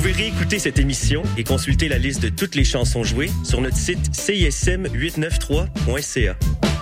pouvez réécouter cette émission et consulter la liste de toutes les chansons jouées sur notre site cism893.ca.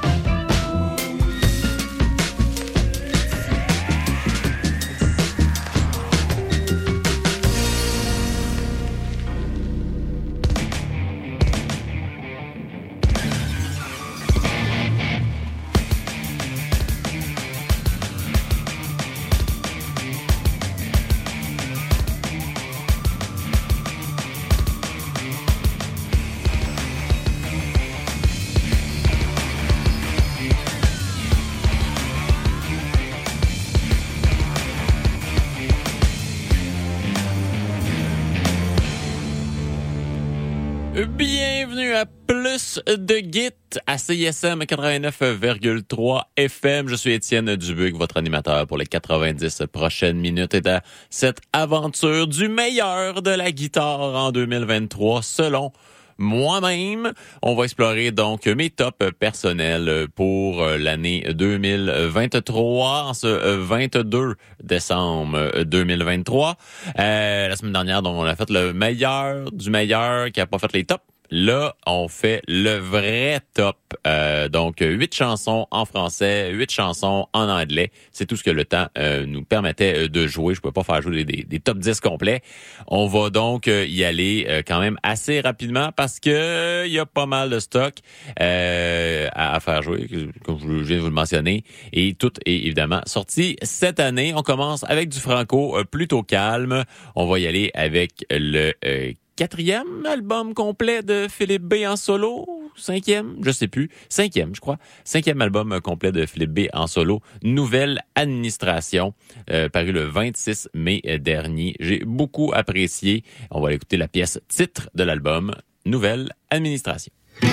Bienvenue à Plus de Git à CISM 89,3 FM. Je suis Étienne Dubuc, votre animateur pour les 90 prochaines minutes et à cette aventure du meilleur de la guitare en 2023 selon moi-même. On va explorer donc mes tops personnels pour l'année 2023, en ce 22 décembre 2023. La semaine dernière, donc, on a fait le meilleur du meilleur qui a pas fait les tops. Là, on fait le vrai top. Donc, 8 chansons en français, 8 chansons en anglais. C'est tout ce que le temps nous permettait de jouer. Je peux pas faire jouer des top 10 complets. On va donc y aller quand même assez rapidement parce que il y a pas mal de stock à faire jouer, comme je viens de vous le mentionner. Et tout est évidemment sorti cette année. On commence avec du franco plutôt calme. On va y aller avec le 4e album complet de Philippe B en solo, 5e, je sais plus, 5e, je crois. 5e album complet de Philippe B en solo, Nouvelle Administration, paru le 26 mai dernier. J'ai beaucoup apprécié. On va écouter la pièce titre de l'album, Nouvelle Administration.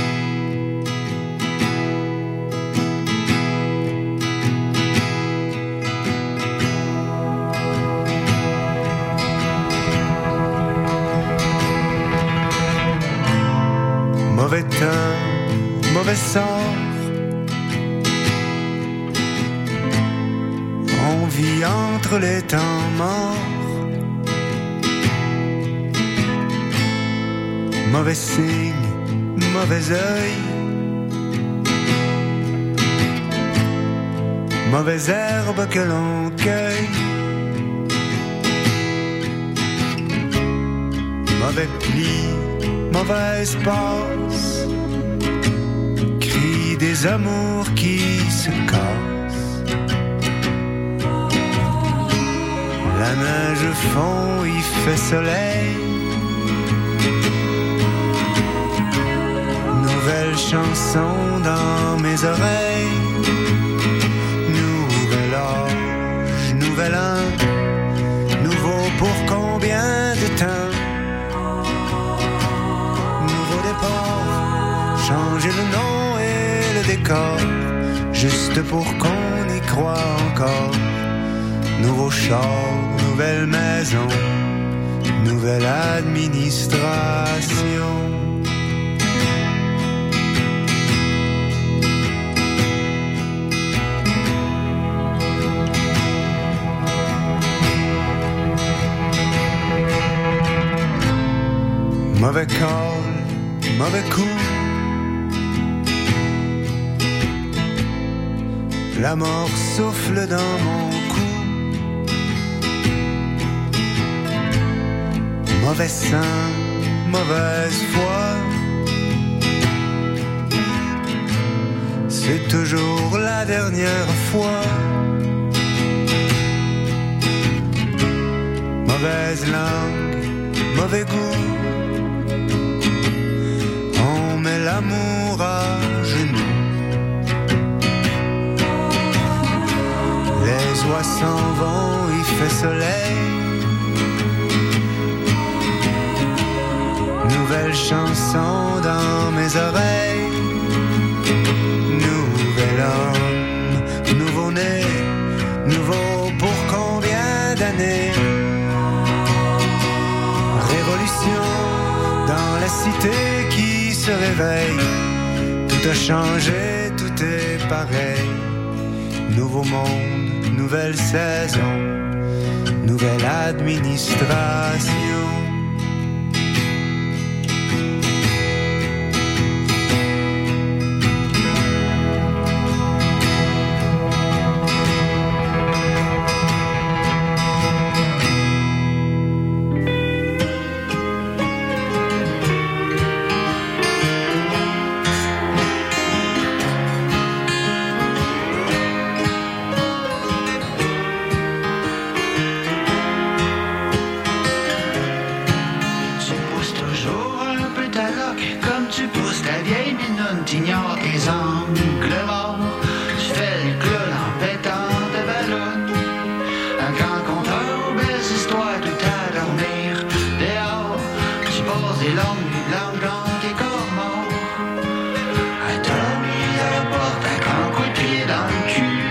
Mauvais temps, mauvais sort. On vit entre les temps morts. Mauvais signe, mauvais œil. Mauvaise herbe que l'on cueille. Mauvais pli, mauvaise passe, cri des amours qui se cassent. La neige fond, il fait soleil. Nouvelle chanson dans mes oreilles. Nouvel âge, nouvel an. Nouveau pour combien de temps? Changer le nom et le décor, juste pour qu'on y croit encore. Nouveau char, nouvelle maison, nouvelle administration. Mauvais call, mauvais coup. La mort souffle dans mon cou. Mauvais sein, mauvaise foi. C'est toujours la dernière fois. Mauvaise langue, mauvais goût. On met l'amour à genoux. Les oies s'en vont, il fait soleil. Nouvelle chanson dans mes oreilles. Nouvel homme, nouveau-né. Nouveau pour combien d'années? Révolution dans la cité qui se réveille. Tout a changé, tout est pareil. Nouveau monde, nouvelle saison, nouvelle administration. t'ignores tes angles morts. Tu fais le clown en pétant de ballon. Un grand conteur aux belles histoires tout à dormir. Dehors, tu passes des longues nuits blanches dans tes corps morts. Un t'as mis à la porte un grand coup de pied dans le cul.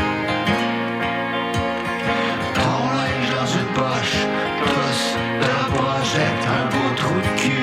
Ton linge dans une poche, tous de la pochette, un beau trou de cul.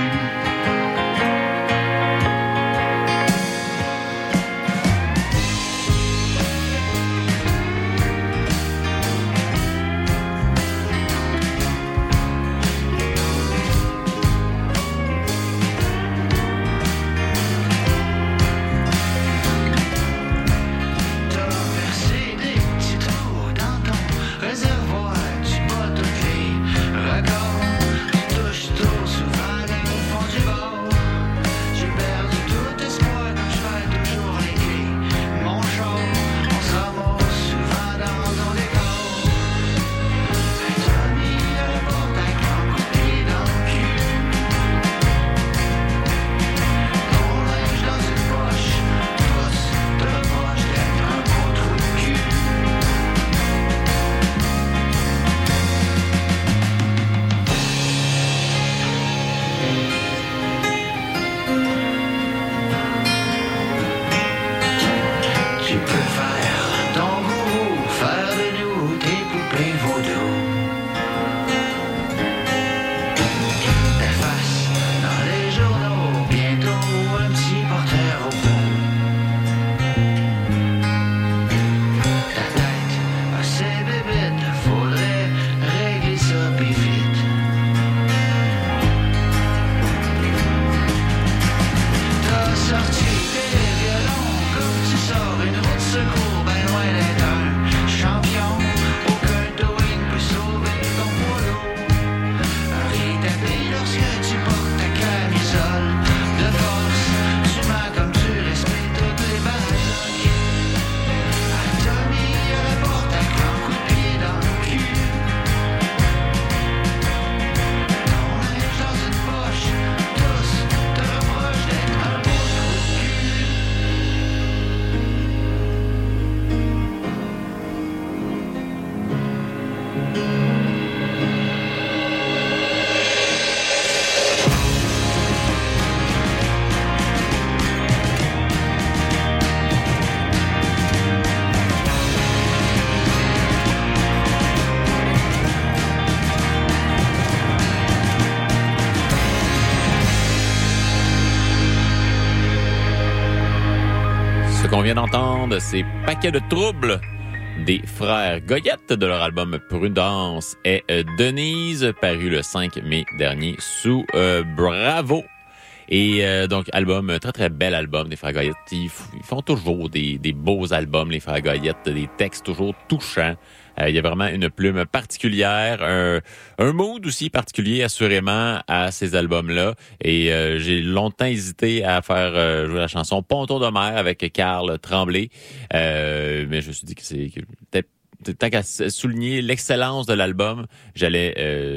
qu'on vient d'entendre, c'est Paquet de troubles des frères Goyette de leur album Prudence et Denise, paru le 5 mai dernier sous Bravo. Et donc, album, très très bel album des frères Goyette. Ils font toujours des beaux albums, les frères Goyette, des textes toujours touchants. Il y a vraiment une plume particulière, un mood aussi particulier assurément à ces albums-là. Et j'ai longtemps hésité à faire jouer la chanson Ponton de mer avec Carl Tremblay. Mais je me suis dit que c'est peut-être tant qu'à souligner l'excellence de l'album, j'allais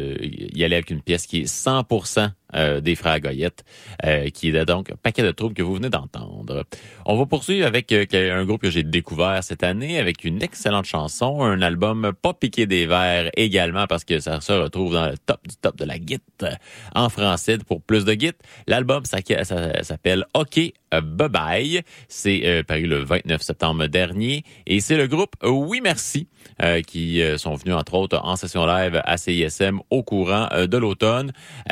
y aller avec une pièce qui est 100% des frères Goyette, qui est donc Paquet de troubles que vous venez d'entendre. On va poursuivre avec un groupe que j'ai découvert cette année avec une excellente chanson, un album pas piqué des verres également parce que ça se retrouve dans le top du top de la guit en français pour plus de guit. L'album ça s'appelle OK Bye Bye. C'est paru le 29 septembre dernier et c'est le groupe Oui Merci qui sont venus entre autres en session live à CISM au courant de l'automne.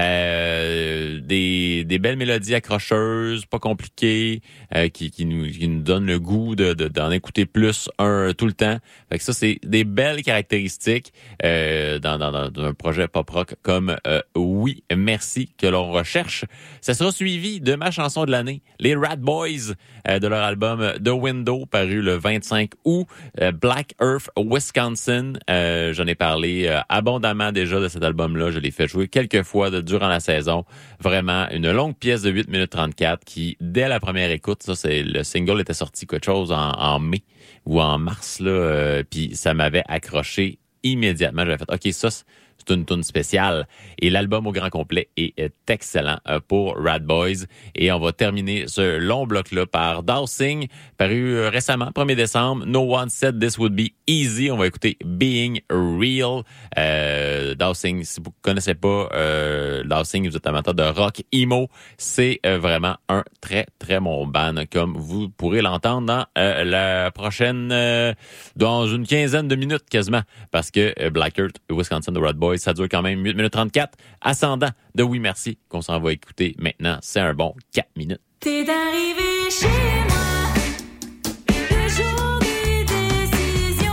Des belles mélodies accrocheuses, pas compliquées, qui nous donnent le goût d'en écouter plus tout le temps. Fait que ça, c'est des belles caractéristiques dans un projet pop-rock comme Oui Merci que l'on recherche. Ça sera suivi de ma chanson de l'année, les Rat Boys, de leur album The Window, paru le 25 août, Black Earth, Wisconsin. J'en ai parlé abondamment déjà de cet album-là. Je l'ai fait jouer quelques fois durant la saison. Vraiment, une longue pièce de 8 minutes 34 qui, dès la première écoute, le single était sorti quelque chose en mai ou en mars, là, puis ça m'avait accroché immédiatement. J'avais fait, OK, ça, c'est C'est une tune spéciale. Et l'album au grand complet est excellent pour Rad Boys. Et on va terminer ce long bloc-là par Dowsing, paru récemment, 1er décembre. No One Said This Would Be Easy. On va écouter Being Real. Dowsing, si vous ne connaissez pas Dowsing, vous êtes amateur de rock emo, c'est vraiment un très, très bon band, comme vous pourrez l'entendre dans la prochaine, dans une quinzaine de minutes quasiment, parce que Black Earth, Wisconsin de Rad Boys, ça dure quand même 8 minutes 34. Ascendant de Oui Merci, qu'on s'en va écouter maintenant, c'est un bon 4 minutes. T'es arrivé chez moi le jour des décisions.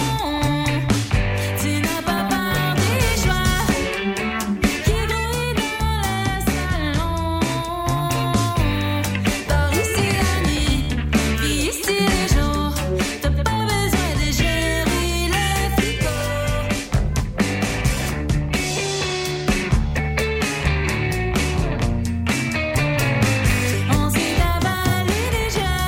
Tu n'as pas peur des choix qui brillent dans le salon. Dors ici la nuit, vis ici les jours. T'as pas besoin de gérer le frigo. On s'est avalé déjà.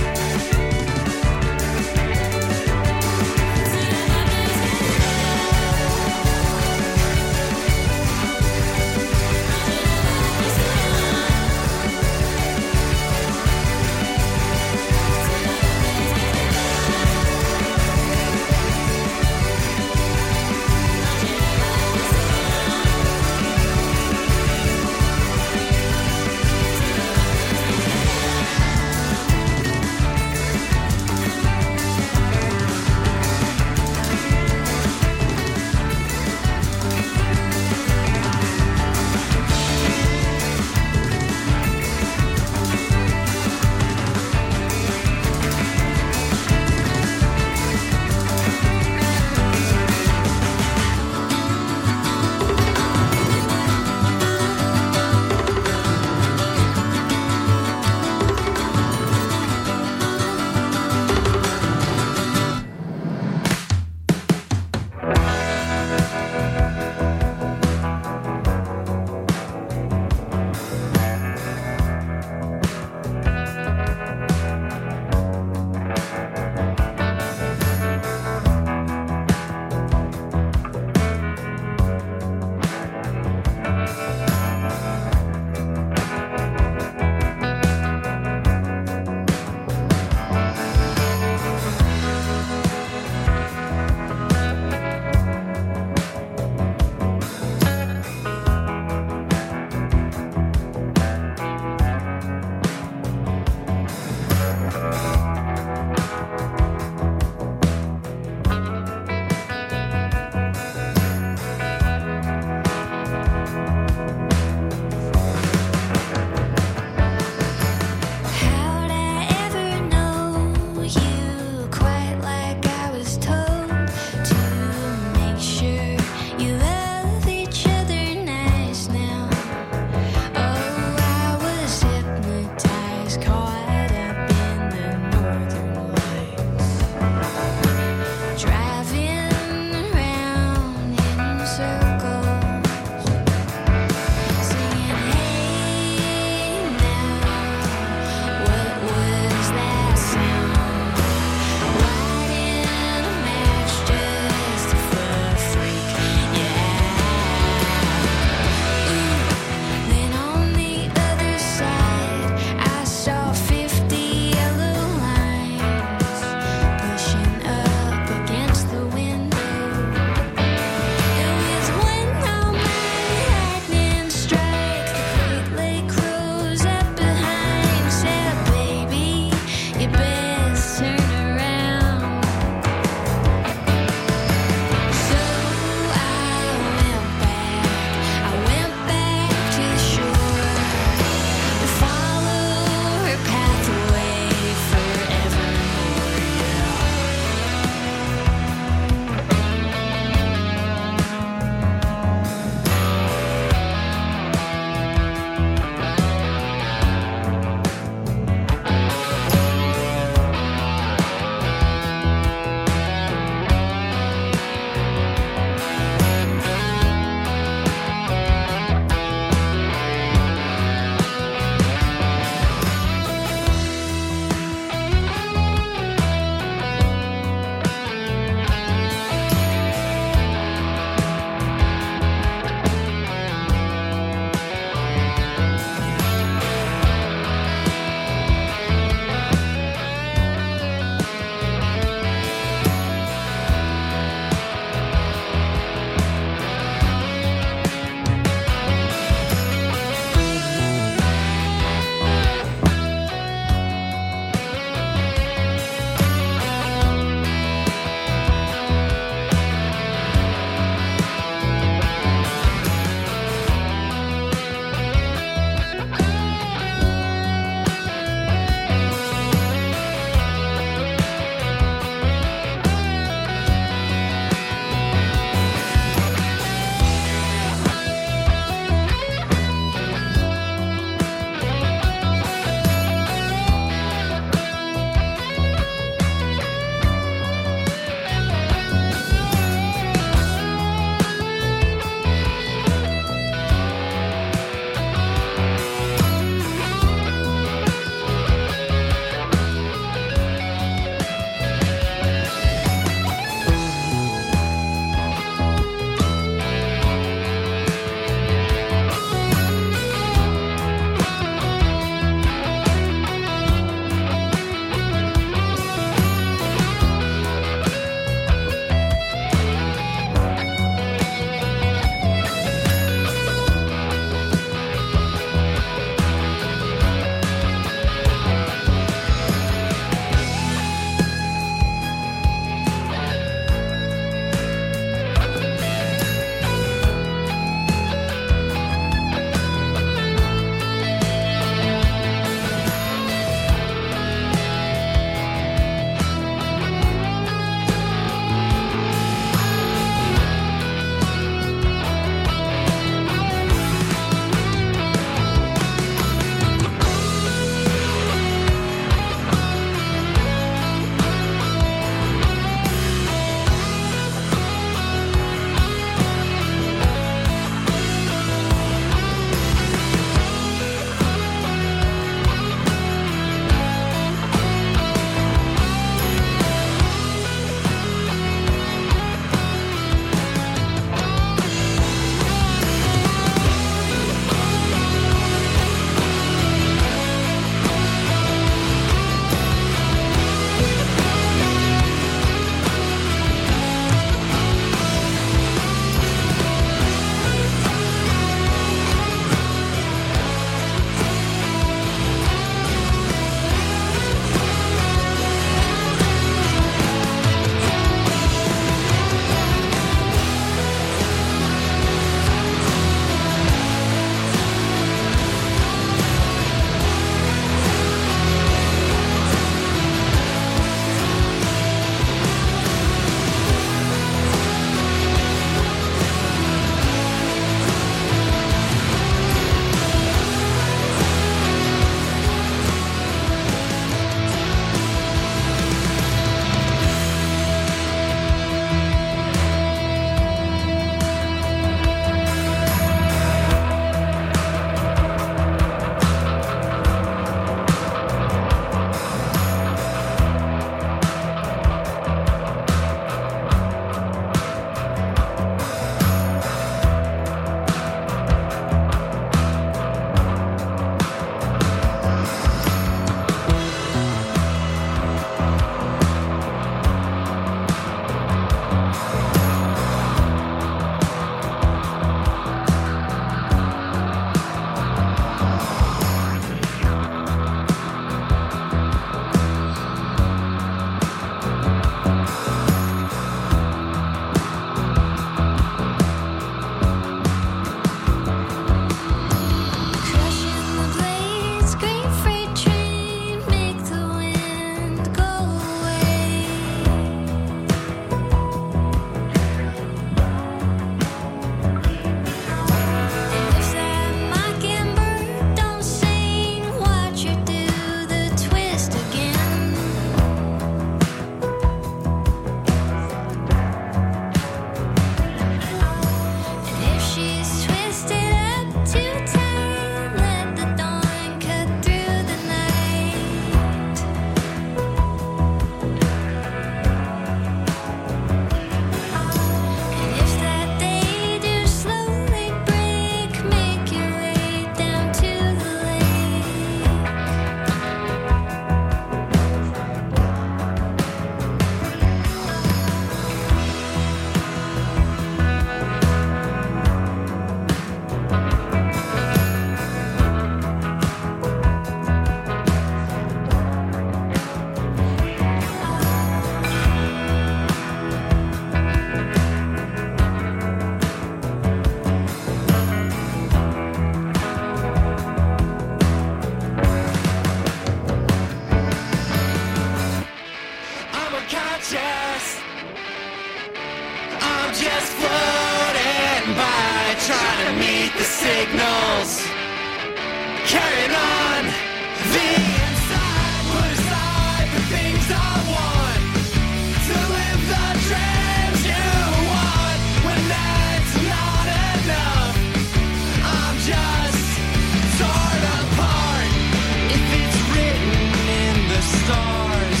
just floating by, trying to meet the signals. Carrying on the inside, put aside the things I want, to live the dreams you want. When that's not enough, I'm just torn apart. If it's written in the stars,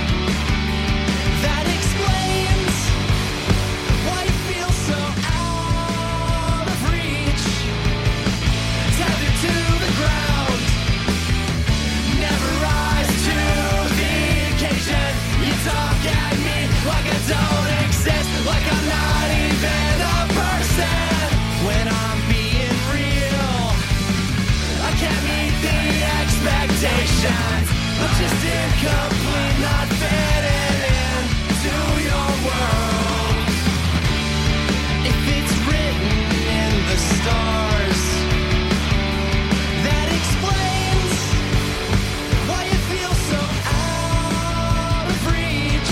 that explains why you feel so out of reach. Tethered to the ground, never rise to the occasion. You talk at me like I don't exist, like I'm not even a person. When I'm being real, I can't meet the expectations. I'm just incomplete, not fitting in to your world. If it's written in the stars, that explains why you feel so out of reach.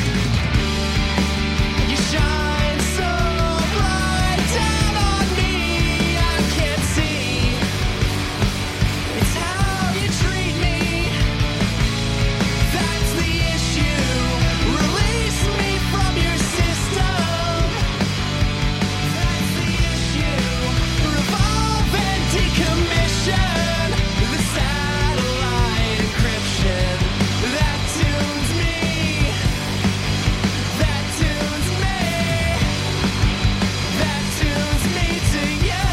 You shine so bright down on me, I can't see. It's how you treat me, that's the issue. Release me from your system, that's the issue. Revolve and decommission the satellite encryption that tunes me, that tunes me, that tunes me to you.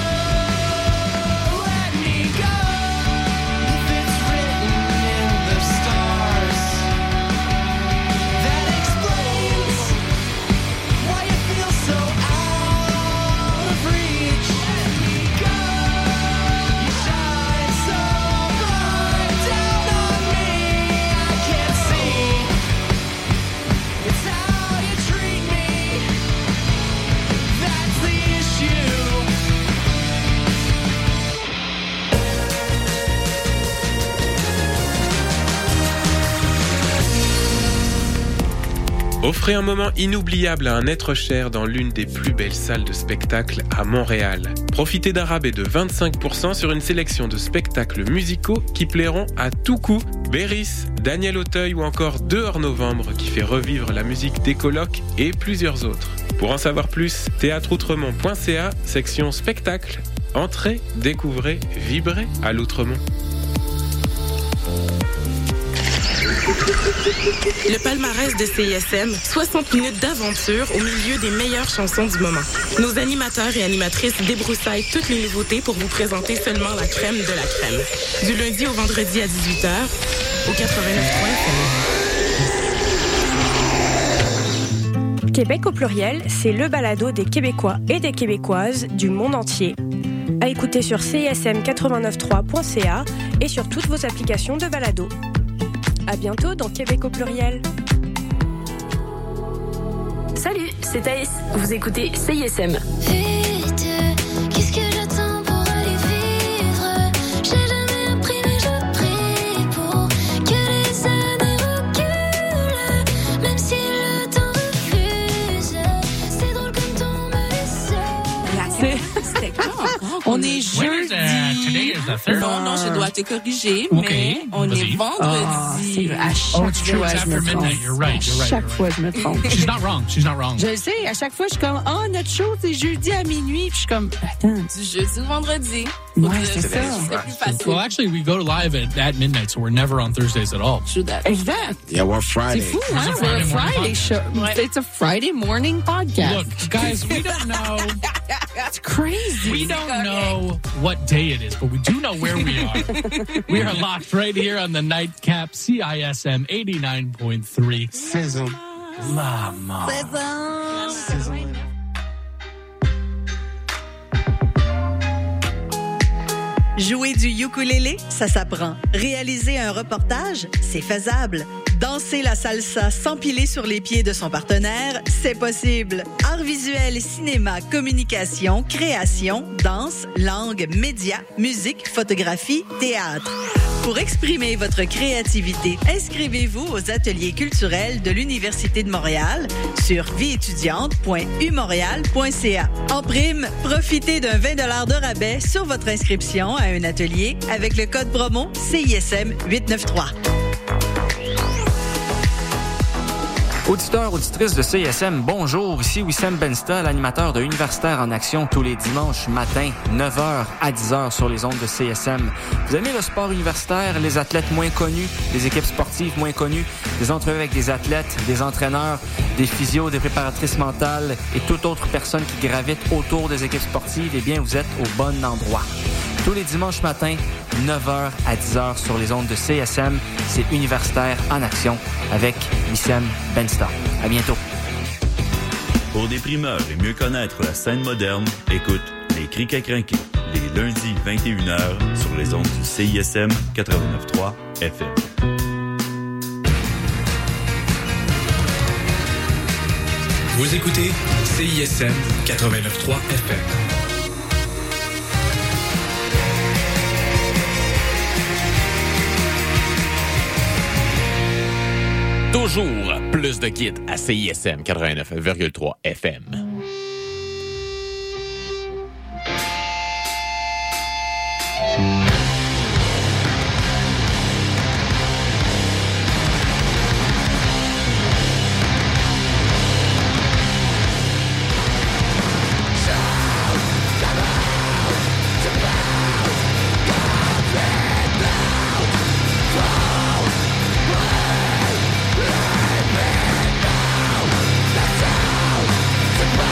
Let me go. If it's written in the stars, that explains why you feel so out of reach. Let me go. You shine so bright down on me, I can't see. It's how you treat me, that's the issue. Offrez un moment inoubliable à un être cher dans l'une des plus belles salles de spectacle à Montréal. Profitez d'un rabais de 25% sur une sélection de spectacles musicaux qui plairont à tout coup. Béris, Daniel Auteuil ou encore Dehors Novembre qui fait revivre la musique des colocs et plusieurs autres. Pour en savoir plus, théâtreoutremont.ca, section spectacle. Entrez, découvrez, vibrez à l'Outremont. Le palmarès de CISM, 60 minutes d'aventure au milieu des meilleures chansons du moment. Nos animateurs et animatrices débroussaillent toutes les nouveautés pour vous présenter seulement la crème de la crème. Du lundi au vendredi à 18h, au 89.3 FM. Québec au pluriel, c'est le balado des Québécois et des Québécoises du monde entier. À écouter sur cism893.ca et sur toutes vos applications de balado. À bientôt dans Québec au pluriel. Salut, c'est Thaïs. Vous écoutez CISM. Vite, qu'est-ce que j'attends pour aller vivre? J'ai jamais appris mais je prie pour que les années reculent, même si le temps refuse. C'est drôle comme ton me laisse. C'était quand? On est jeudi. Non, je dois te corriger, mais on est vendredi. À chaque fois, je me trompe. À chaque fois, je me trompe. She's not wrong. Je le sais, à chaque fois, je suis comme, notre show, c'est jeudi à minuit. Puis je suis comme, attends. Du jeudi au vendredi. Ouais, c'est ça. C'est plus facile. Well, actually, we go live at midnight, so we're never on Thursdays at all. True that. Exact. Yeah, we're Friday. C'est fou, hein? We're a Friday show. It's a Friday morning podcast. Look, guys, we don't know. It's crazy. We don't know what day it is, but we do know where we are. We are locked right here on the Nightcap CISM 89.3. Sizzle. La mort. Sizzle. Jouer du ukulélé, ça s'apprend. Réaliser un reportage, c'est faisable. Danser la salsa s'empiler sur les pieds de son partenaire, c'est possible. Art visuel, cinéma, communication, création, danse, langue, médias, musique, photographie, théâtre. Pour exprimer votre créativité, inscrivez-vous aux ateliers culturels de l'Université de Montréal sur vieétudiante.umontréal.ca. En prime, profitez d'un 20 $ de rabais sur votre inscription à un atelier avec le code promo CISM 893. Auditeurs, auditrices de CISM, bonjour. Ici Wissem Bensta, l'animateur de Universitaire en action tous les dimanches matin, 9h à 10h sur les ondes de CISM. Vous aimez le sport universitaire, les athlètes moins connus, les équipes sportives moins connues, des entrevues avec des athlètes, des entraîneurs, des physios, des préparatrices mentales et toute autre personne qui gravite autour des équipes sportives, eh bien, vous êtes au bon endroit. Tous les dimanches matins, 9h à 10h sur les ondes de CSM, c'est Universitaire en action avec Wissem Bensta. À bientôt. Pour des primeurs et mieux connaître la scène moderne, écoute Les Crics à crinquer, les lundis 21h sur les ondes du CISM 89.3 FM. Vous écoutez CISM 89.3 FM. Toujours plus de kits à CISM 89,3 FM. Goodbye.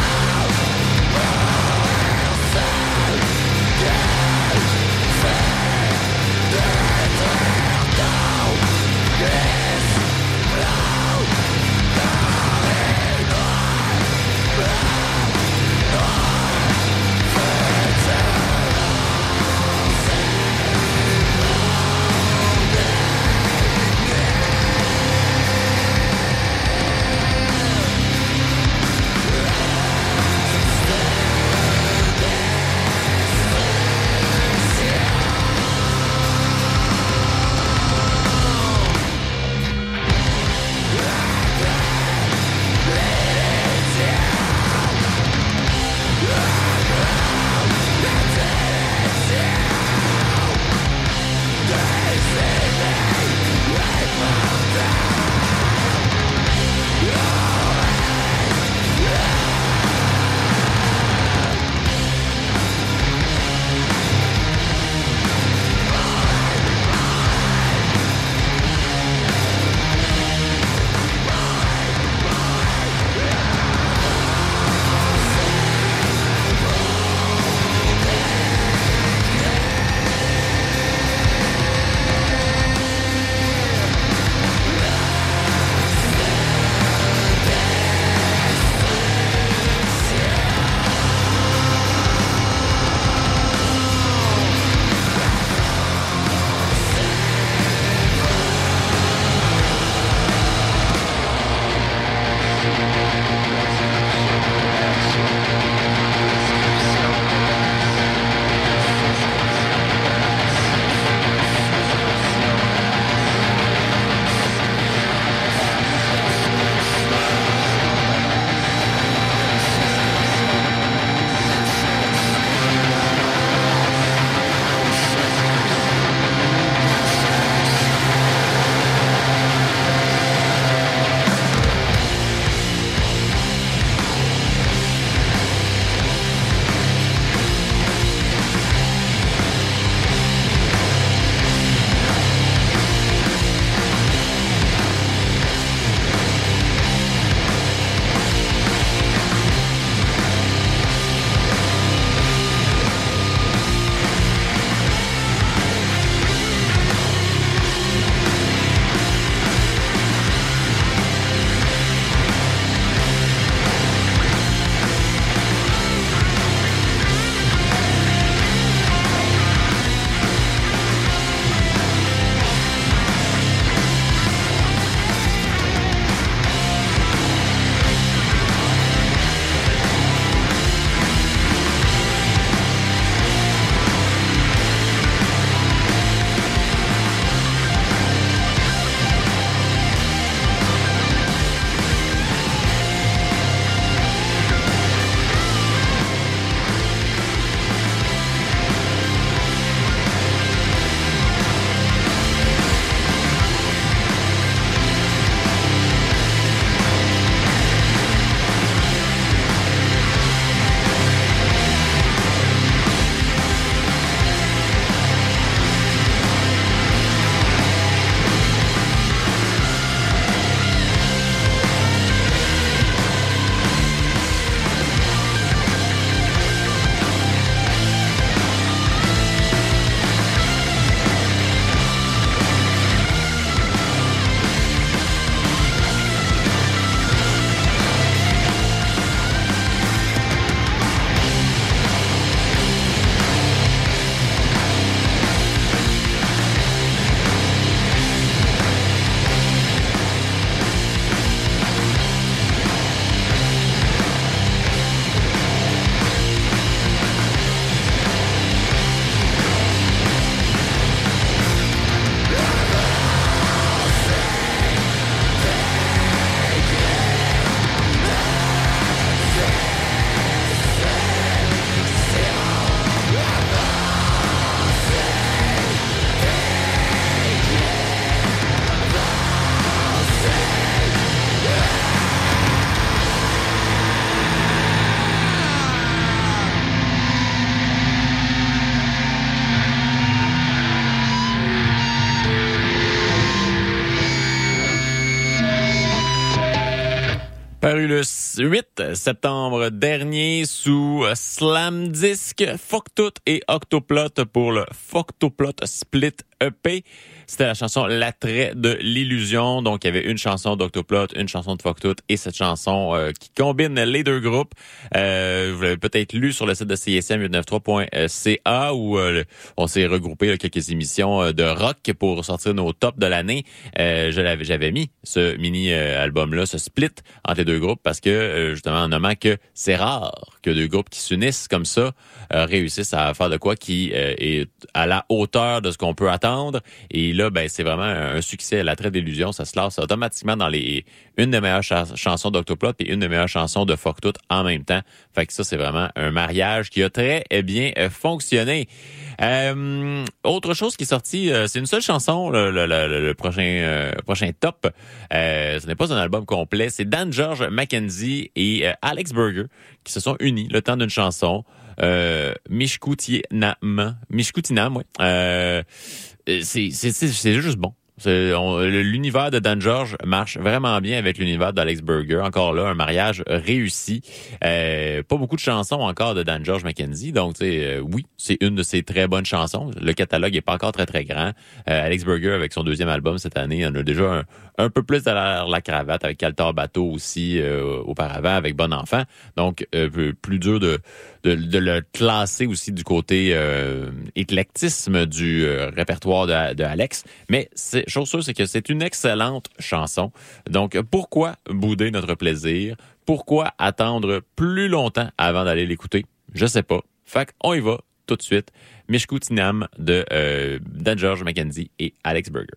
Paru le 8 septembre dernier sous Slamdisk, Fucktout et Octoplot pour le Fucktoplot Split EP. C'était la chanson L'attrait de l'illusion. Donc, il y avait une chanson d'Octoplot, une chanson de Fucktout et cette chanson qui combine les deux groupes. Vous l'avez peut-être lu sur le site de CSM893.ca où on s'est regroupé quelques émissions de rock pour sortir nos tops de l'année. J'avais mis ce mini-album-là, ce split entre les deux groupes parce que, justement, en nommant que c'est rare que deux groupes qui s'unissent comme ça réussissent à faire de quoi qui est à la hauteur de ce qu'on peut attendre. Et là, ben, c'est vraiment un succès. L'attrait d'illusion, ça se lance automatiquement dans une des meilleures chansons d'Octoplot et une des meilleures chansons de Fucktout en même temps. Fait que ça, c'est vraiment un mariage qui a très bien fonctionné. Autre chose qui est sortie, c'est une seule chanson, le prochain top. Ce n'est pas un album complet. C'est Dan George McKenzie et Alex Burger qui se sont unis le temps d'une chanson. Mishkutinam, ouais. C'est juste bon. L'univers de Dan George marche vraiment bien avec l'univers d'Alex Burger. Encore là, un mariage réussi. Pas beaucoup de chansons encore de Dan George McKenzie. Donc, oui, c'est une de ses très bonnes chansons. Le catalogue est pas encore très, très grand. Alex Burger, avec son deuxième album cette année, en a déjà un peu plus à la cravate, avec Caltar Bateau aussi auparavant, avec Bon Enfant. Donc, plus dur de le classer aussi du côté éclectisme du répertoire de Alex. Mais chose sûre, c'est que c'est une excellente chanson. Donc, pourquoi bouder notre plaisir? Pourquoi attendre plus longtemps avant d'aller l'écouter? Je sais pas. Fait qu'on y va tout de suite. Mishkutinam de Dan George McKenzie et Alex Burger.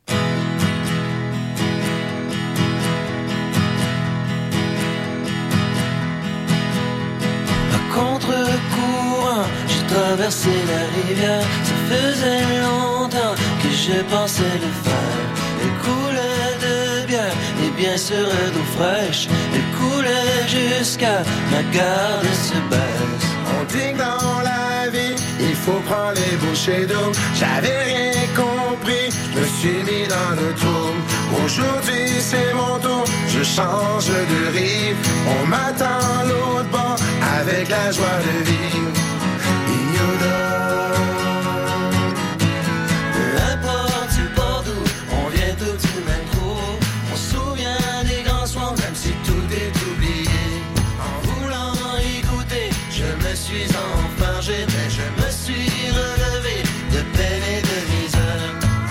Contre-courant, j'ai traversé la rivière. Ça faisait longtemps que je pensais le faire. Elle coulait de bière et bien sûr d'eau fraîche. Elle coulait jusqu'à ma garde se baisse. On dit que dans la vie, il faut prendre les bouchées d'eau. J'avais rien compris, je me suis mis dans le trou. Aujourd'hui c'est mon tour, je change de rive. On m'attend à l'autre bord avec la joie de vivre. Peu importe du bord d'où on vient tout du même trou. On se souvient des grands soirs même si tout est oublié. En voulant y goûter, je me suis enfargé, mais je me suis relevé de peine et de misère.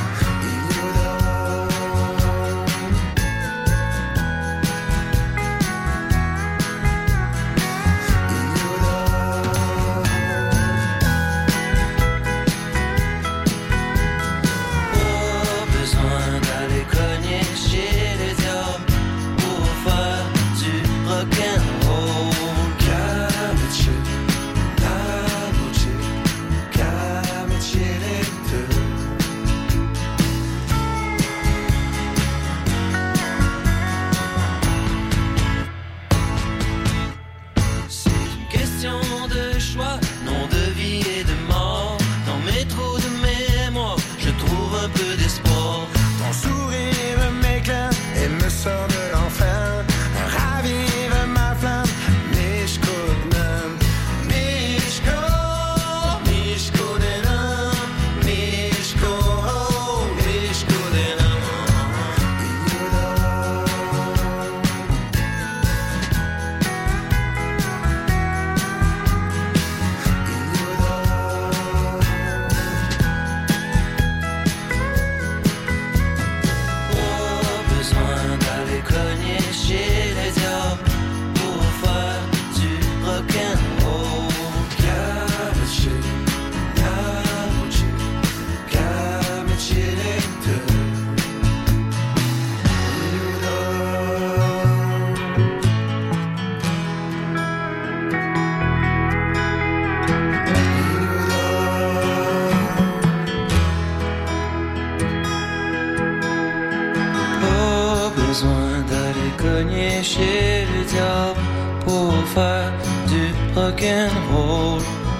Chez le diable pour faire du rock'n'roll.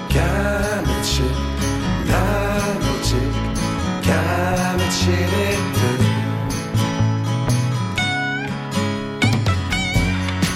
Camici, la musique, camici les deux.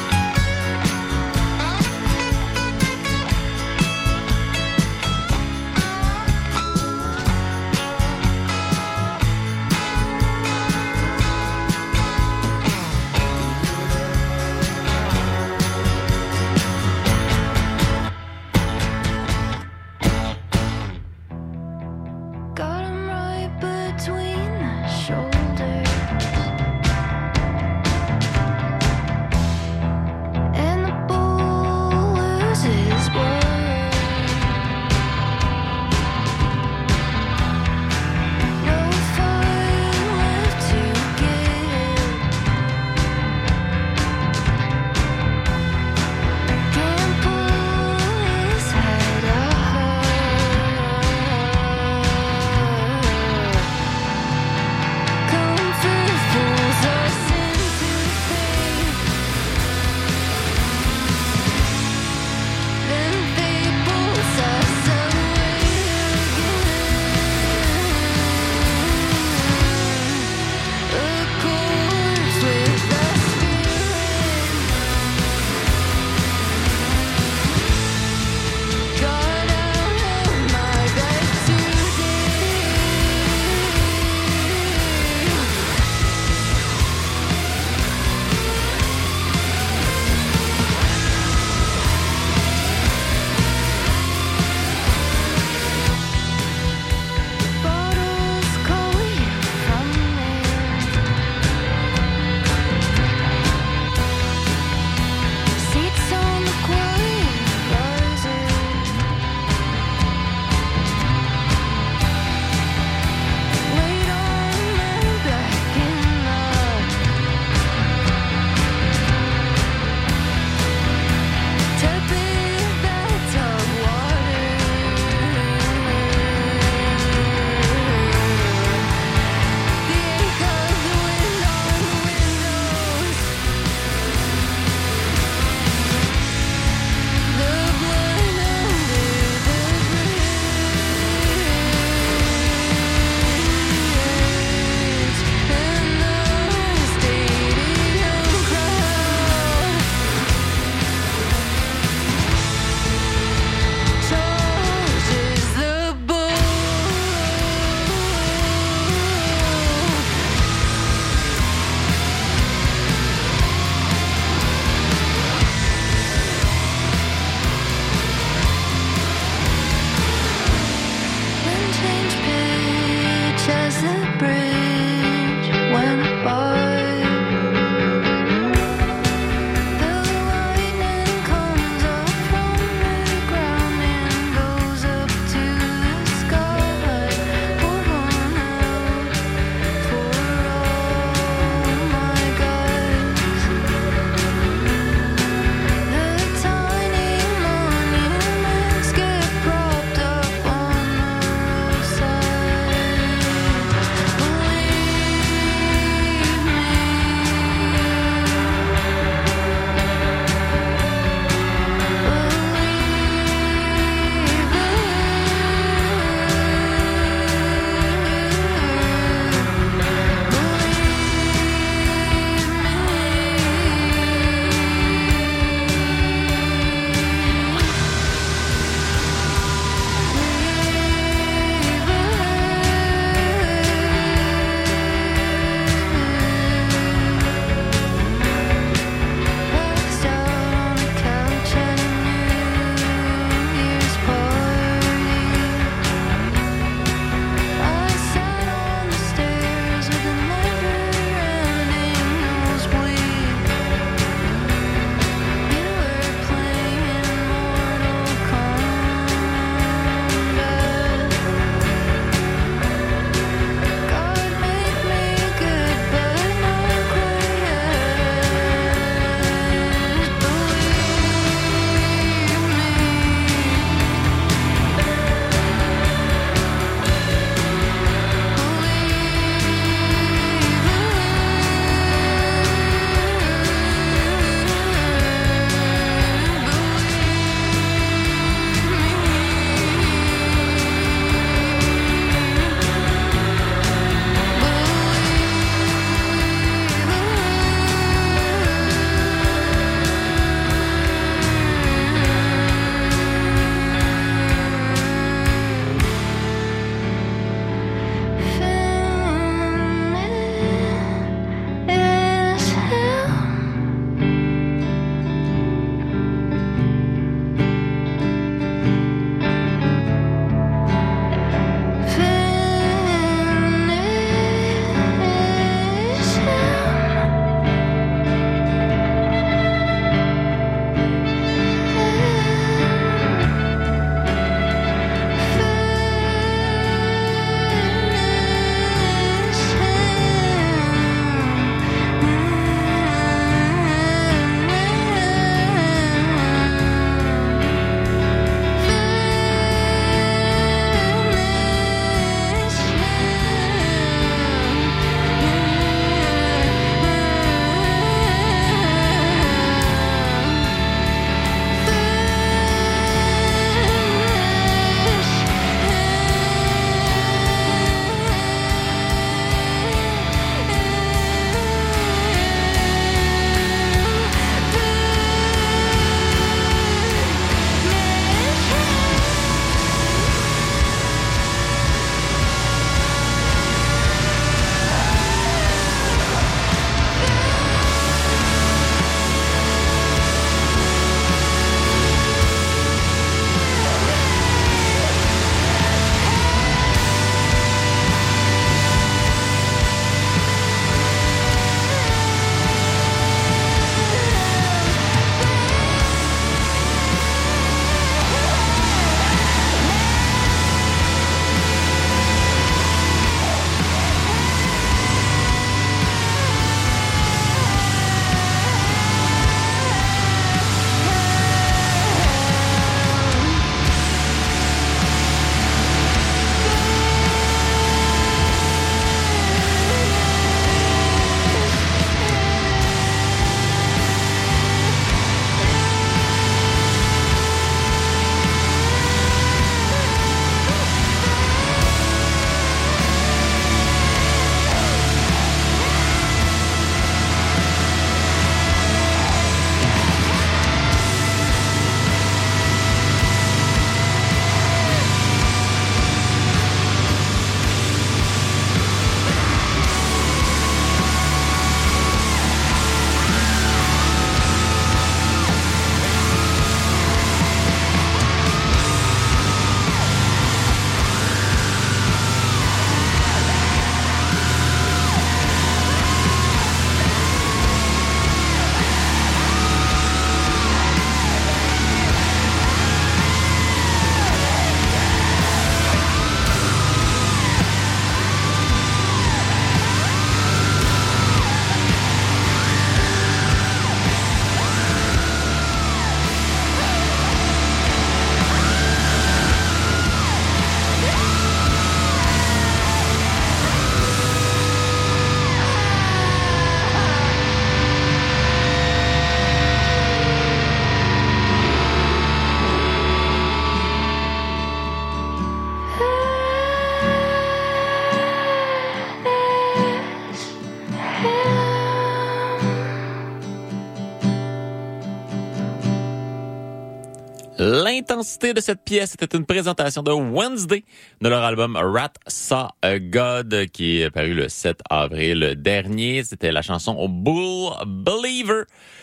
L'intensité de cette pièce était une présentation de Wednesday de leur album Rat Saw a God qui est paru le 7 avril dernier. C'était la chanson Bull Believer.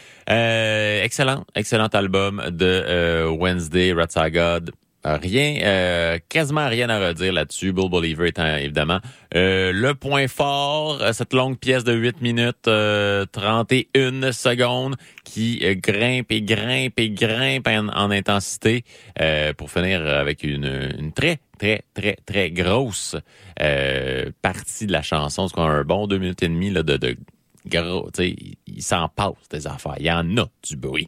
Excellent album de Wednesday, Rat Saw a God. Quasiment rien à redire là-dessus. Bull Believer étant évidemment le point fort, cette longue pièce de 8 minutes 31 secondes qui grimpe en intensité pour finir avec une très grosse partie de la chanson. C'est un bon 2 minutes et demie là, de gros. Il s'en passe des affaires. Il y en a du bruit.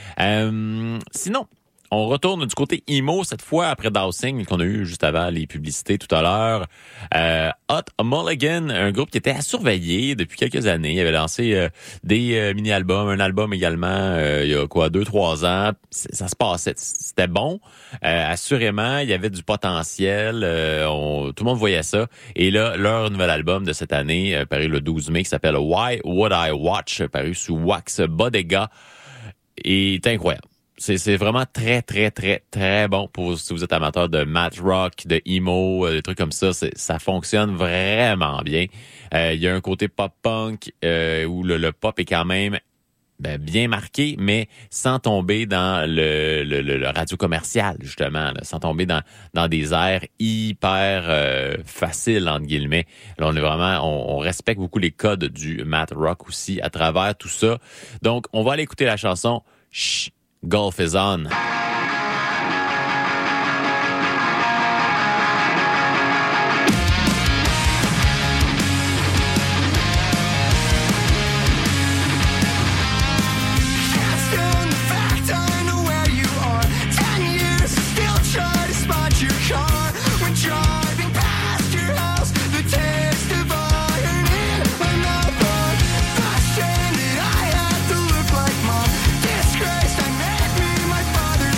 Sinon, on retourne du côté emo, cette fois après Dowsing, qu'on a eu juste avant les publicités tout à l'heure. Hot Mulligan, un groupe qui était à surveiller depuis quelques années. Il avait lancé des mini-albums, un album également il y a 2-3 ans. Ça se passait, c'était bon. Assurément, il y avait du potentiel. Tout le monde voyait ça. Et là, leur nouvel album de cette année, paru le 12 mai, qui s'appelle Why Would I Watch, paru sous Wax Bodega, est incroyable. C'est vraiment très bon pour si vous êtes amateur de math rock, de emo, des trucs comme ça. Ça fonctionne vraiment bien. Il y a un côté pop-punk où le pop est quand même bien marqué, mais sans tomber dans le radio commercial, justement, là, sans tomber dans des airs hyper faciles, entre guillemets. Là, on respecte beaucoup les codes du math rock aussi à travers tout ça. Donc, on va aller écouter la chanson Shh, Golf is on. Father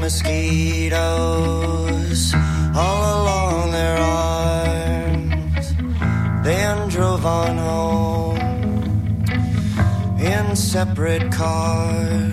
mosquitoes all along their arms, then drove on home in separate cars.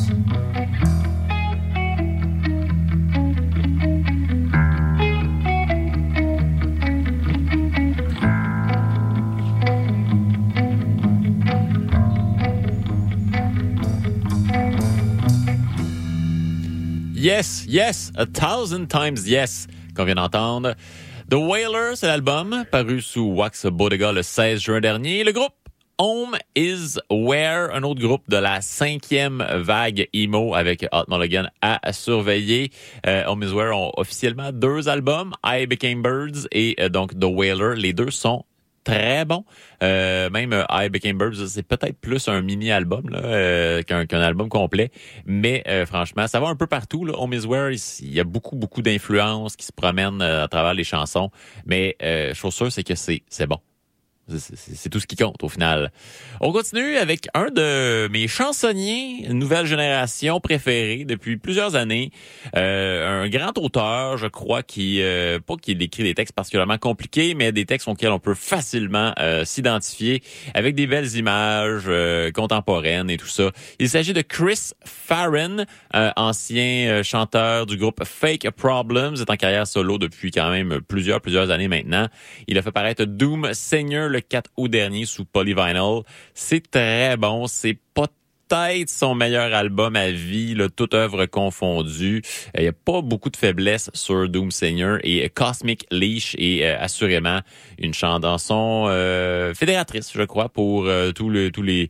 Yes, yes, 1,000 times yes, qu'on vient d'entendre. The Wailer, c'est l'album, paru sous Wax Bodega le 16 juin dernier. Le groupe Home Is Where, un autre groupe de la 5e vague emo avec Hot Mulligan à surveiller. Home Is Where ont officiellement 2 albums, I Became Birds et donc The Wailer. Les deux sont très bon. Même I Became Birds, c'est peut-être plus un mini-album là, qu'un album complet. Mais franchement, ça va un peu partout. Là. Home Is Where, il y a beaucoup d'influences qui se promènent à travers les chansons. Mais chose sûre, c'est que c'est bon. C'est tout ce qui compte au final. On continue avec un de mes chansonniers nouvelle génération préférés depuis plusieurs années. Un grand auteur, je crois, qui pas qu'il écrit des textes particulièrement compliqués, mais des textes auxquels on peut facilement s'identifier avec des belles images contemporaines et tout ça. Il s'agit de Chris Farren, ancien chanteur du groupe Fake Problems, est en carrière solo depuis quand même plusieurs années maintenant. Il a fait paraître Doom Seigneur le 4 août dernier sous Polyvinyl. C'est très bon. C'est peut-être son meilleur album à vie, là, toute œuvre confondue. Il n'y a pas beaucoup de faiblesses sur Doom Seigneur et Cosmic Leash est assurément une chanson fédératrice, je crois, pour tous les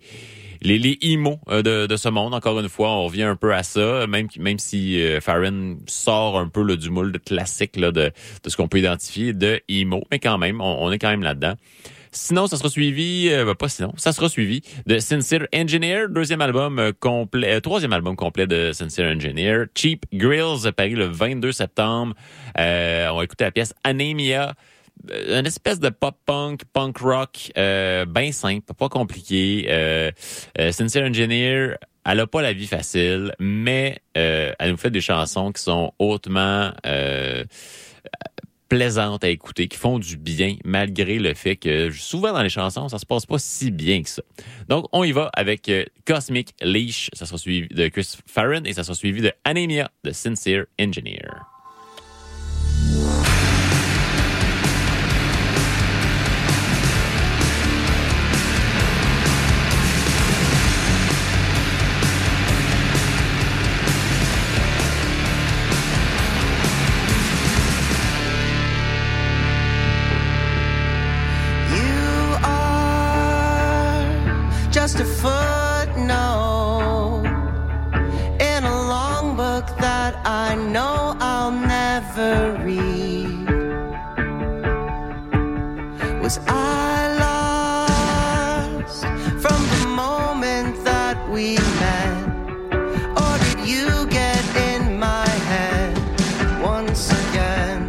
emos de ce monde. Encore une fois, on revient un peu à ça, même si Farren sort un peu là, du moule classique là, de ce qu'on peut identifier de emo, mais quand même, on est quand même là-dedans. Sinon, ça sera suivi, ça sera suivi de Sincere Engineer, troisième album complet de Sincere Engineer. Cheap Grills, paru le 22 septembre. On va écouter la pièce Anemia. Une espèce de pop-punk, punk rock, bien simple, pas compliqué. Sincere Engineer, elle a pas la vie facile, mais elle nous fait des chansons qui sont hautement plaisantes à écouter, qui font du bien, malgré le fait que souvent dans les chansons, ça se passe pas si bien que ça. Donc, on y va avec Cosmic Leash, ça sera suivi de Chris Farren et ça sera suivi de Anemia de Sincere Engineer. Just a footnote in a long book that I know I'll never read. Was I lost from the moment that we met, or did you get in my head once again?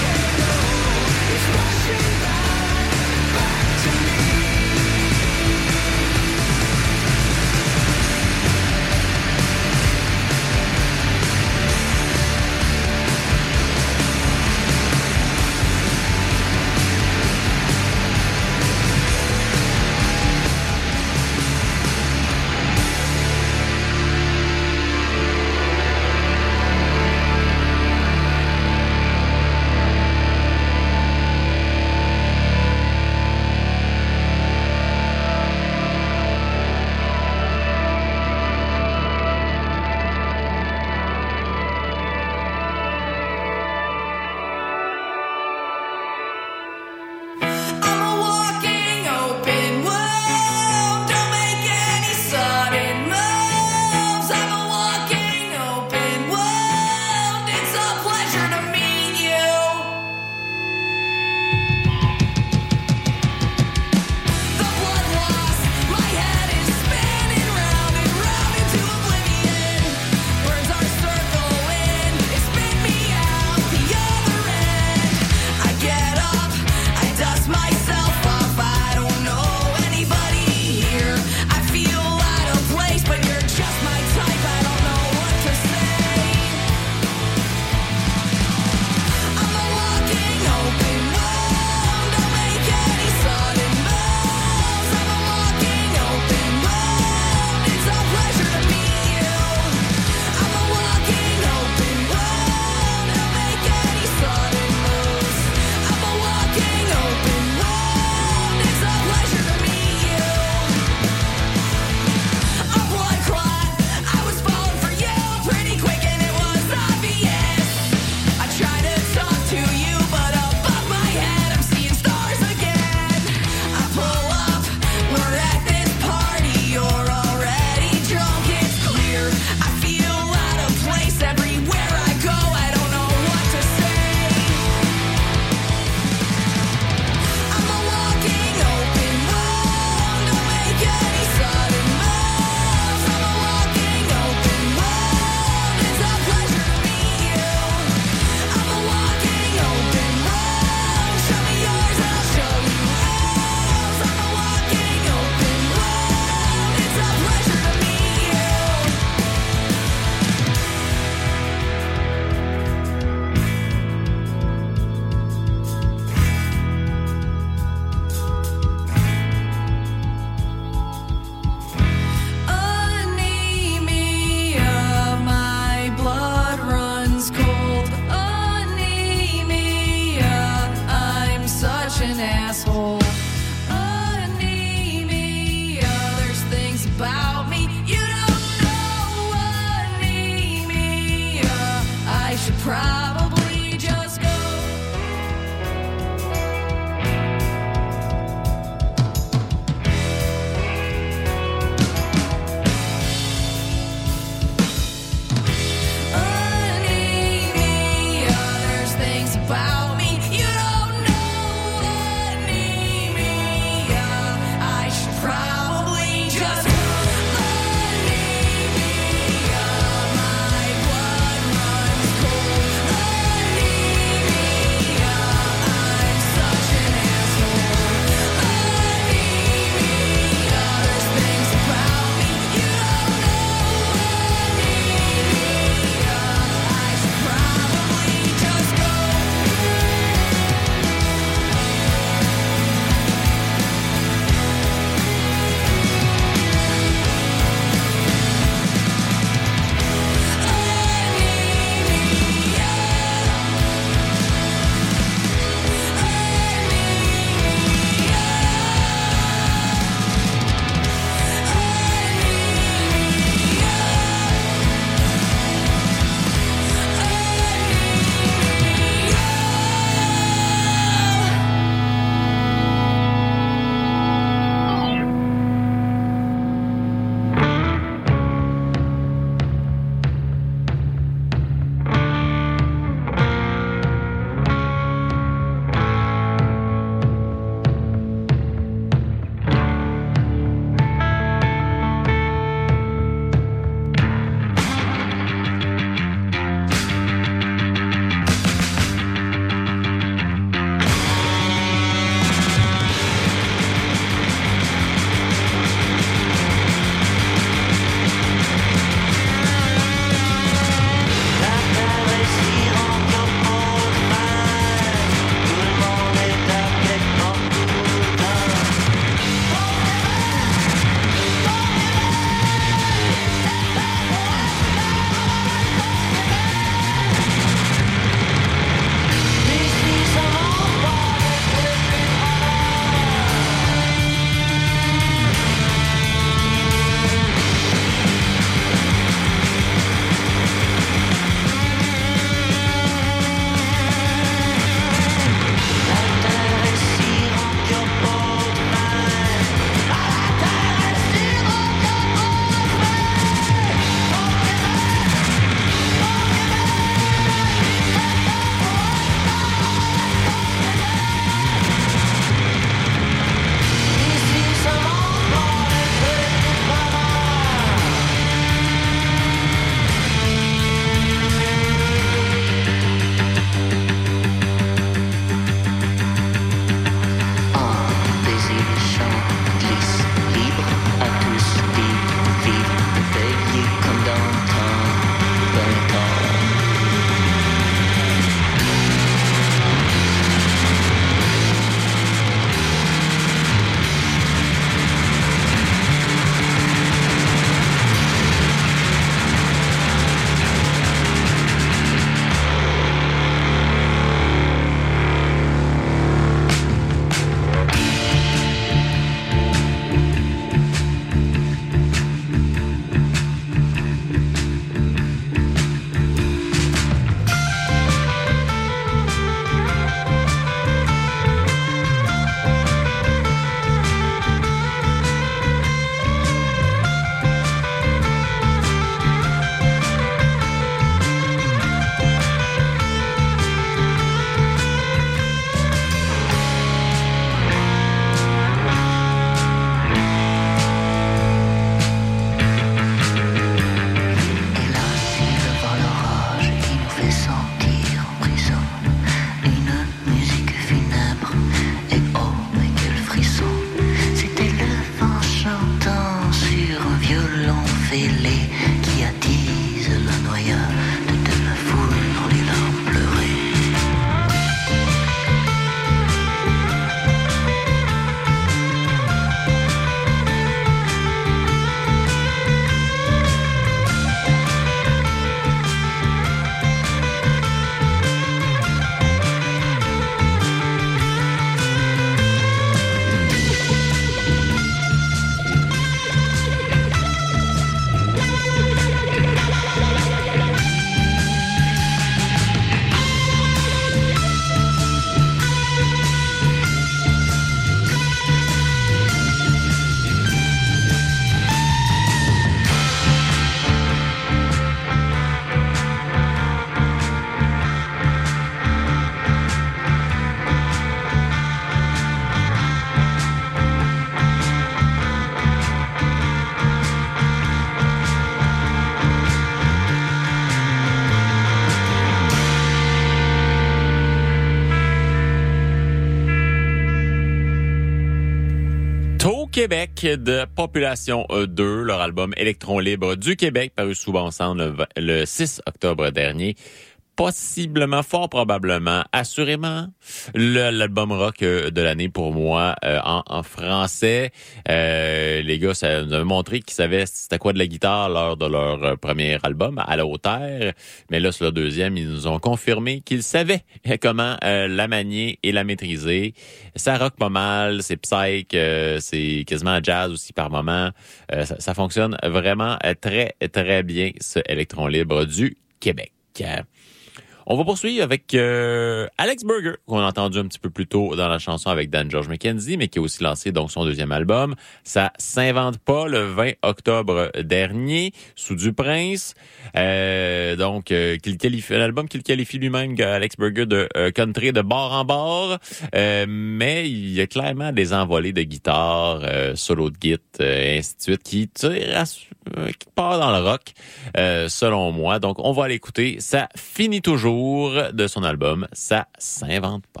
Québec de Population 2, leur album Électron libre du Québec, paru sous Bon Sound le 6 octobre dernier. Possiblement, fort probablement, assurément, l'album rock de l'année pour moi en français. Les gars, ça nous a montré qu'ils savaient c'était quoi de la guitare lors de leur premier album, À la hauteur. Mais là, sur le deuxième, ils nous ont confirmé qu'ils savaient comment la manier et la maîtriser. Ça rock pas mal, c'est psych, c'est quasiment jazz aussi par moment. Ça fonctionne vraiment très, très bien, ce Électron libre du Québec. On va poursuivre avec Alex Burger, qu'on a entendu un petit peu plus tôt dans la chanson avec Dan George McKenzie, mais qui a aussi lancé donc son deuxième album. Ça s'invente pas le 20 octobre dernier, sous du Prince. Donc, un album qu'il qualifie lui-même, Alex Burger, de country de bord en bord. Mais il y a clairement des envolées de guitare, solo de guitare, et ainsi de suite, qui part dans le rock, selon moi. Donc, on va l'écouter. Ça finit toujours de son album Ça s'invente pas.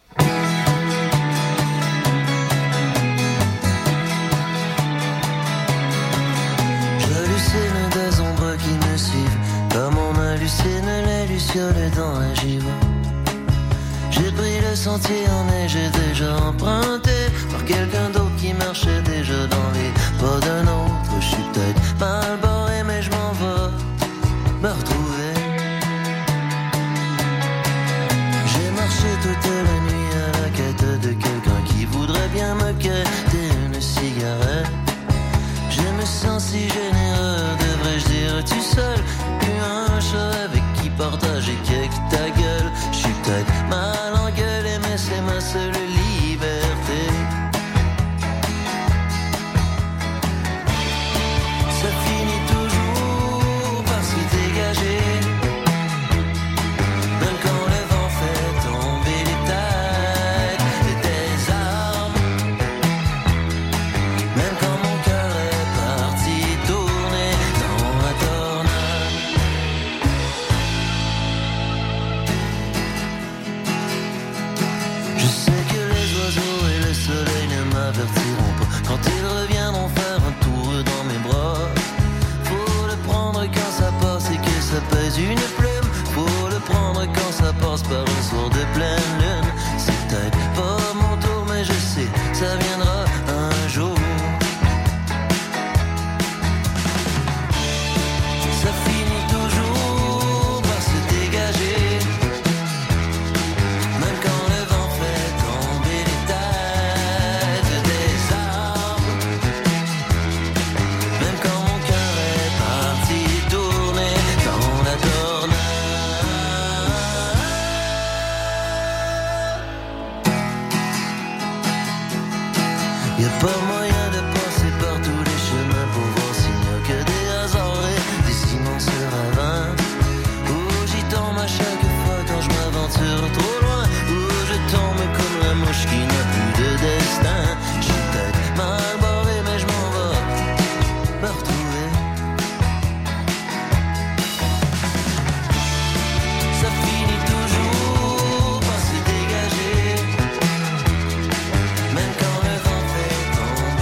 J'hallucine des ombres qui me suivent, comme on hallucine les lucioles dans la givre. J'ai pris le sentier en neige, j'ai déjà emprunté par quelqu'un d'autre qui marchait déjà dans les pas d'un autre. Je suis peut-être mal barré, mais je m'en vais me retrouver. Toute la nuit à la quête de quelqu'un qui voudrait bien me quêter une cigarette. Je me sens si généreux, devrais-je dire tout seul. Plus un chat avec qui partager quelque ta gueule. Je suis peut-être mal engueulé, mais c'est ma seule liberté. Ça finit toujours par se dégager. Quand ils reviendront faire un tour dans mes bras, faut le prendre quand ça passe et que ça pèse une plume. Faut le prendre quand ça passe par un soir de pleine lune. C'est peut-être pas mon tour, mais je sais, ça viendra un jour. Ça finit toujours par se dégager, même quand le vent fait tomber les têtes des arbres. Même quand mon cœur est parti tourner dans la tornade. Y'a pas moyen de passer par tous les chemins pour voir s'il n'y a que des hasards et des immenses ravins. Où j'y tombe à chaque fois quand je m'aventure trop loin. Où je tombe comme la mouche qui n'a plus de destin. Je suis peut-être mal barré, mais je m'en vais me retrouver. Ça finit toujours par se dégager, même quand le vent fait tomber.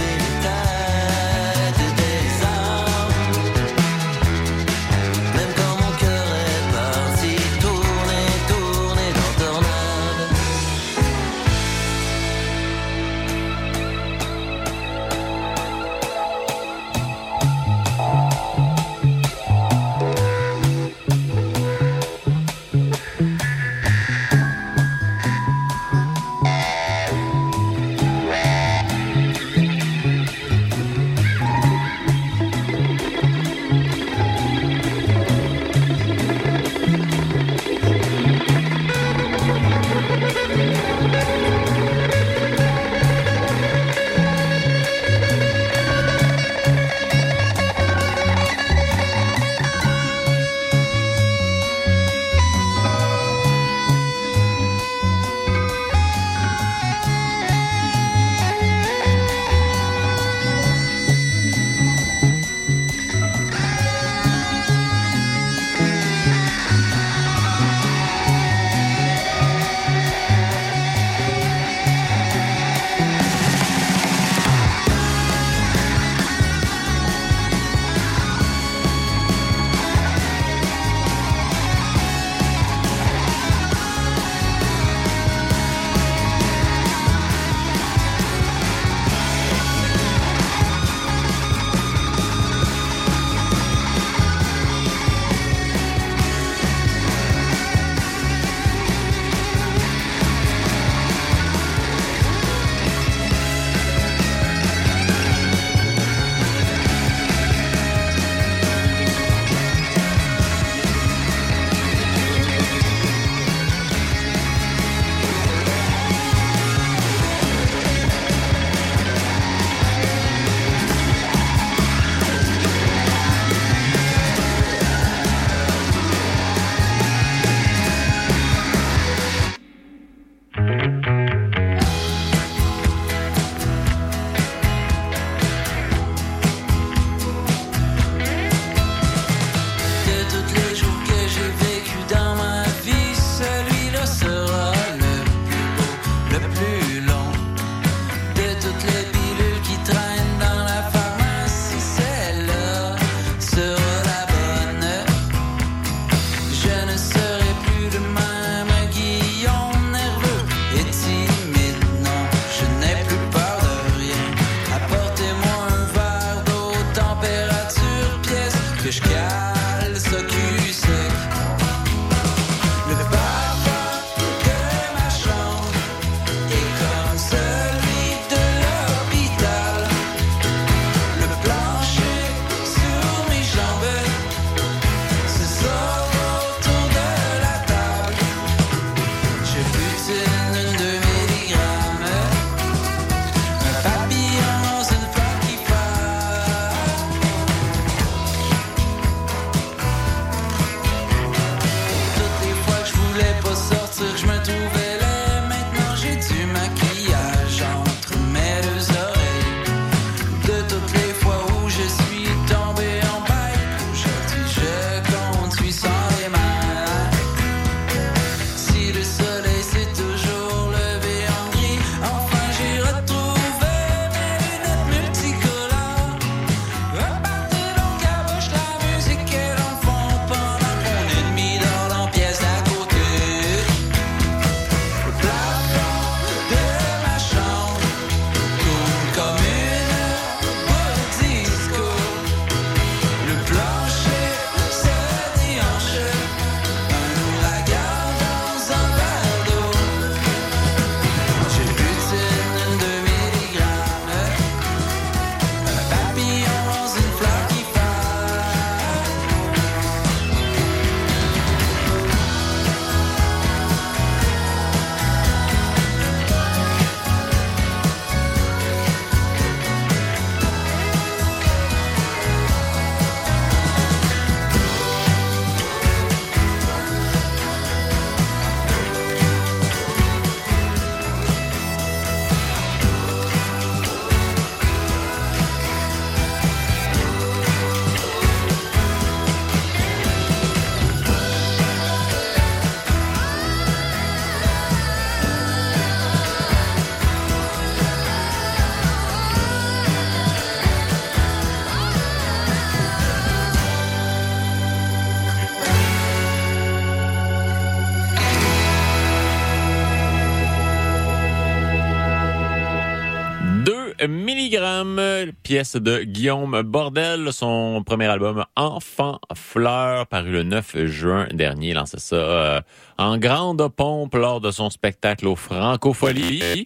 mg, pièce de Guillaume Bordel, son premier album Enfant Fleur, paru le 9 juin dernier. Il lançait ça en grande pompe lors de son spectacle au Francofolie.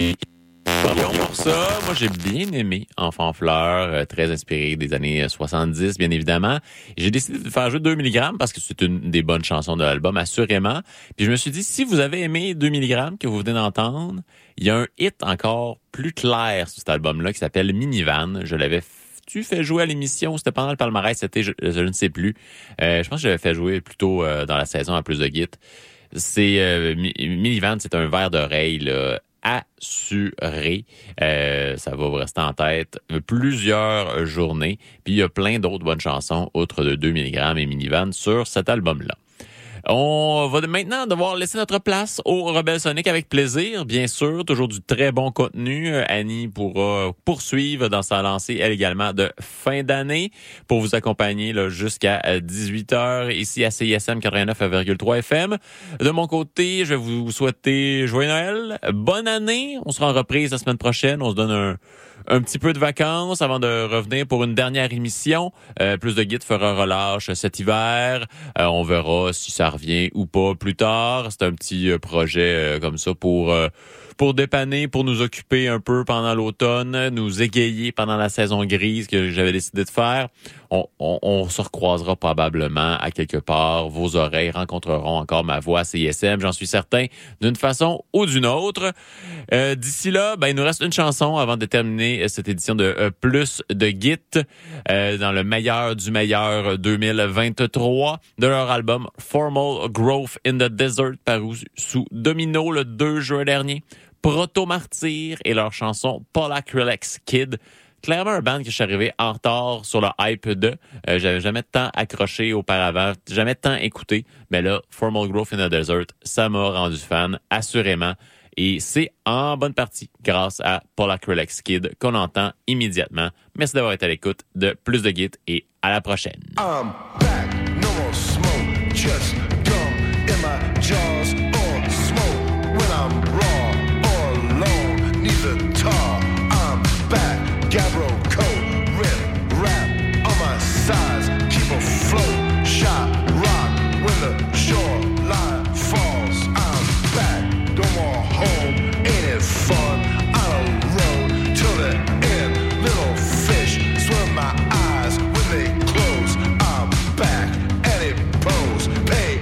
Pour ça, moi j'ai bien aimé Enfant Fleur, très inspiré des années 70, bien évidemment. J'ai décidé de faire jouer 2 mg parce que c'est une des bonnes chansons de l'album, assurément. Puis je me suis dit, si vous avez aimé 2 mg que vous venez d'entendre, il y a un hit encore plus clair sur cet album-là qui s'appelle Minivan. Je l'avais fait jouer à l'émission, c'était pendant le palmarès, c'était je ne sais plus. Je pense que je l'avais fait jouer plutôt dans la saison à plus de git. C'est Minivan, c'est un verre d'oreille là, assuré. Ça va vous rester en tête plusieurs journées. Puis il y a plein d'autres bonnes chansons, outre de 2 mg et Minivan, sur cet album-là. On va maintenant devoir laisser notre place au Rebelle Sonic avec plaisir, bien sûr. Toujours du très bon contenu. Annie pourra poursuivre dans sa lancée, elle également, de fin d'année pour vous accompagner là, jusqu'à 18h ici à CISM 89,3 FM. De mon côté, je vais vous souhaiter joyeux Noël, bonne année. On sera en reprise la semaine prochaine. On se donne un petit peu de vacances avant de revenir pour une dernière émission. Plus de guides fera relâche cet hiver. On verra si ça revient ou pas plus tard. C'est un petit projet comme ça pour dépanner, pour nous occuper un peu pendant l'automne, nous égayer pendant la saison grise que j'avais décidé de faire. On se recroisera probablement à quelque part. Vos oreilles rencontreront encore ma voix à CISM, j'en suis certain, d'une façon ou d'une autre. D'ici là, il nous reste une chanson avant de terminer cette édition de Plus de Git dans le meilleur du meilleur 2023 de leur album Formal Growth in the Desert, paru sous Domino le 2 juin dernier. Proto Martyr et leur chanson Polacrylex Kid. Clairement un band que je suis arrivé en retard sur le hype de. J'avais jamais tant accroché auparavant, jamais tant écouté. Mais là, Formal Growth in the Desert, ça m'a rendu fan, assurément. Et c'est en bonne partie grâce à Polacrylex Kid qu'on entend immédiatement. Merci d'avoir été à l'écoute de Plus de Git et à la prochaine. I'm back, no more smoke, just gum in my jaws or smoke when I'm raw or alone, neither tar. I'm back, Gabbro coat, rip, rap on my sides, keep afloat, shot, rock when the shoreline falls. I'm back, no more home, ain't it fun? On a road till the end, little fish swim my eyes when they close. I'm back and it pose, pay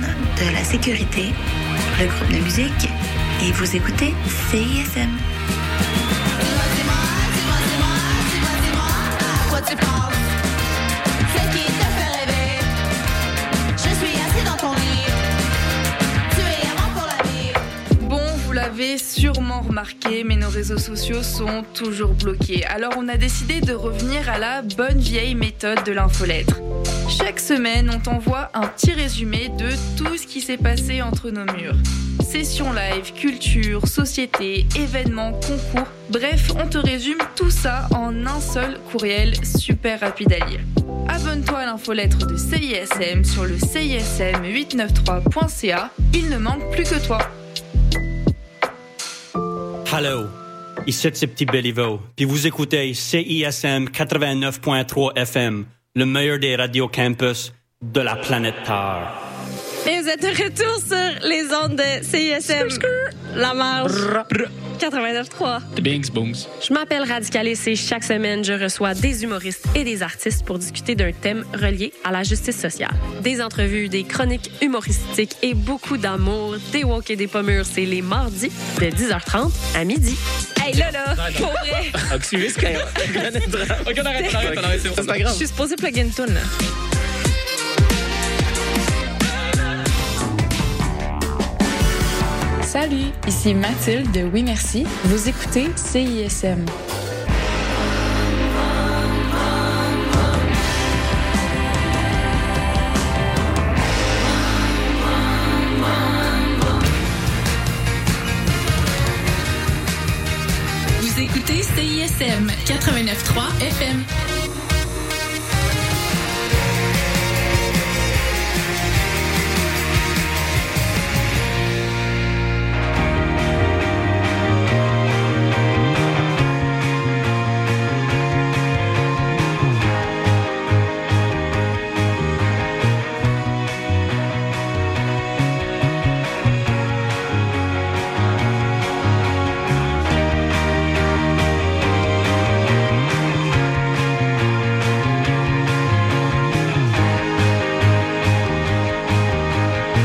de la sécurité, le groupe de musique, et vous écoutez CISM. Quoi tu penses? C'est qui te fait rêver? Je suis assis dans ton lit. Tu es avant pour la vie. Bon, vous l'avez sûrement remarqué, mais nos réseaux sociaux sont toujours bloqués. Alors on a décidé de revenir à la bonne vieille méthode de l'infolettre. Chaque semaine, on t'envoie un petit résumé de tout ce qui s'est passé entre nos murs. Sessions live, culture, société, événements, concours. Bref, on te résume tout ça en un seul courriel super rapide à lire. Abonne-toi à l'infolettre de CISM sur le CISM893.ca. Il ne manque plus que toi. Hello, ici c'est Petit Béliveau, puis vous écoutez CISM 89.3 FM, le meilleur des radios campus de la planète Terre. Et vous êtes de retour sur les ondes de CISM. La marge 89.3. The Bings Booms. Je m'appelle Radicalis et chaque semaine, je reçois des humoristes et des artistes pour discuter d'un thème relié à la justice sociale. Des entrevues, des chroniques humoristiques et beaucoup d'amour, des woke et des pommures. C'est les mardis de 10h30 à midi. Hey, là, pour vrai. Ok, on arrête, c'est bon. C'est pas grave. Je suis supposée plugger une toune, là. Salut, ici Mathilde de Oui Merci. Vous écoutez CISM. Vous écoutez CISM 89.3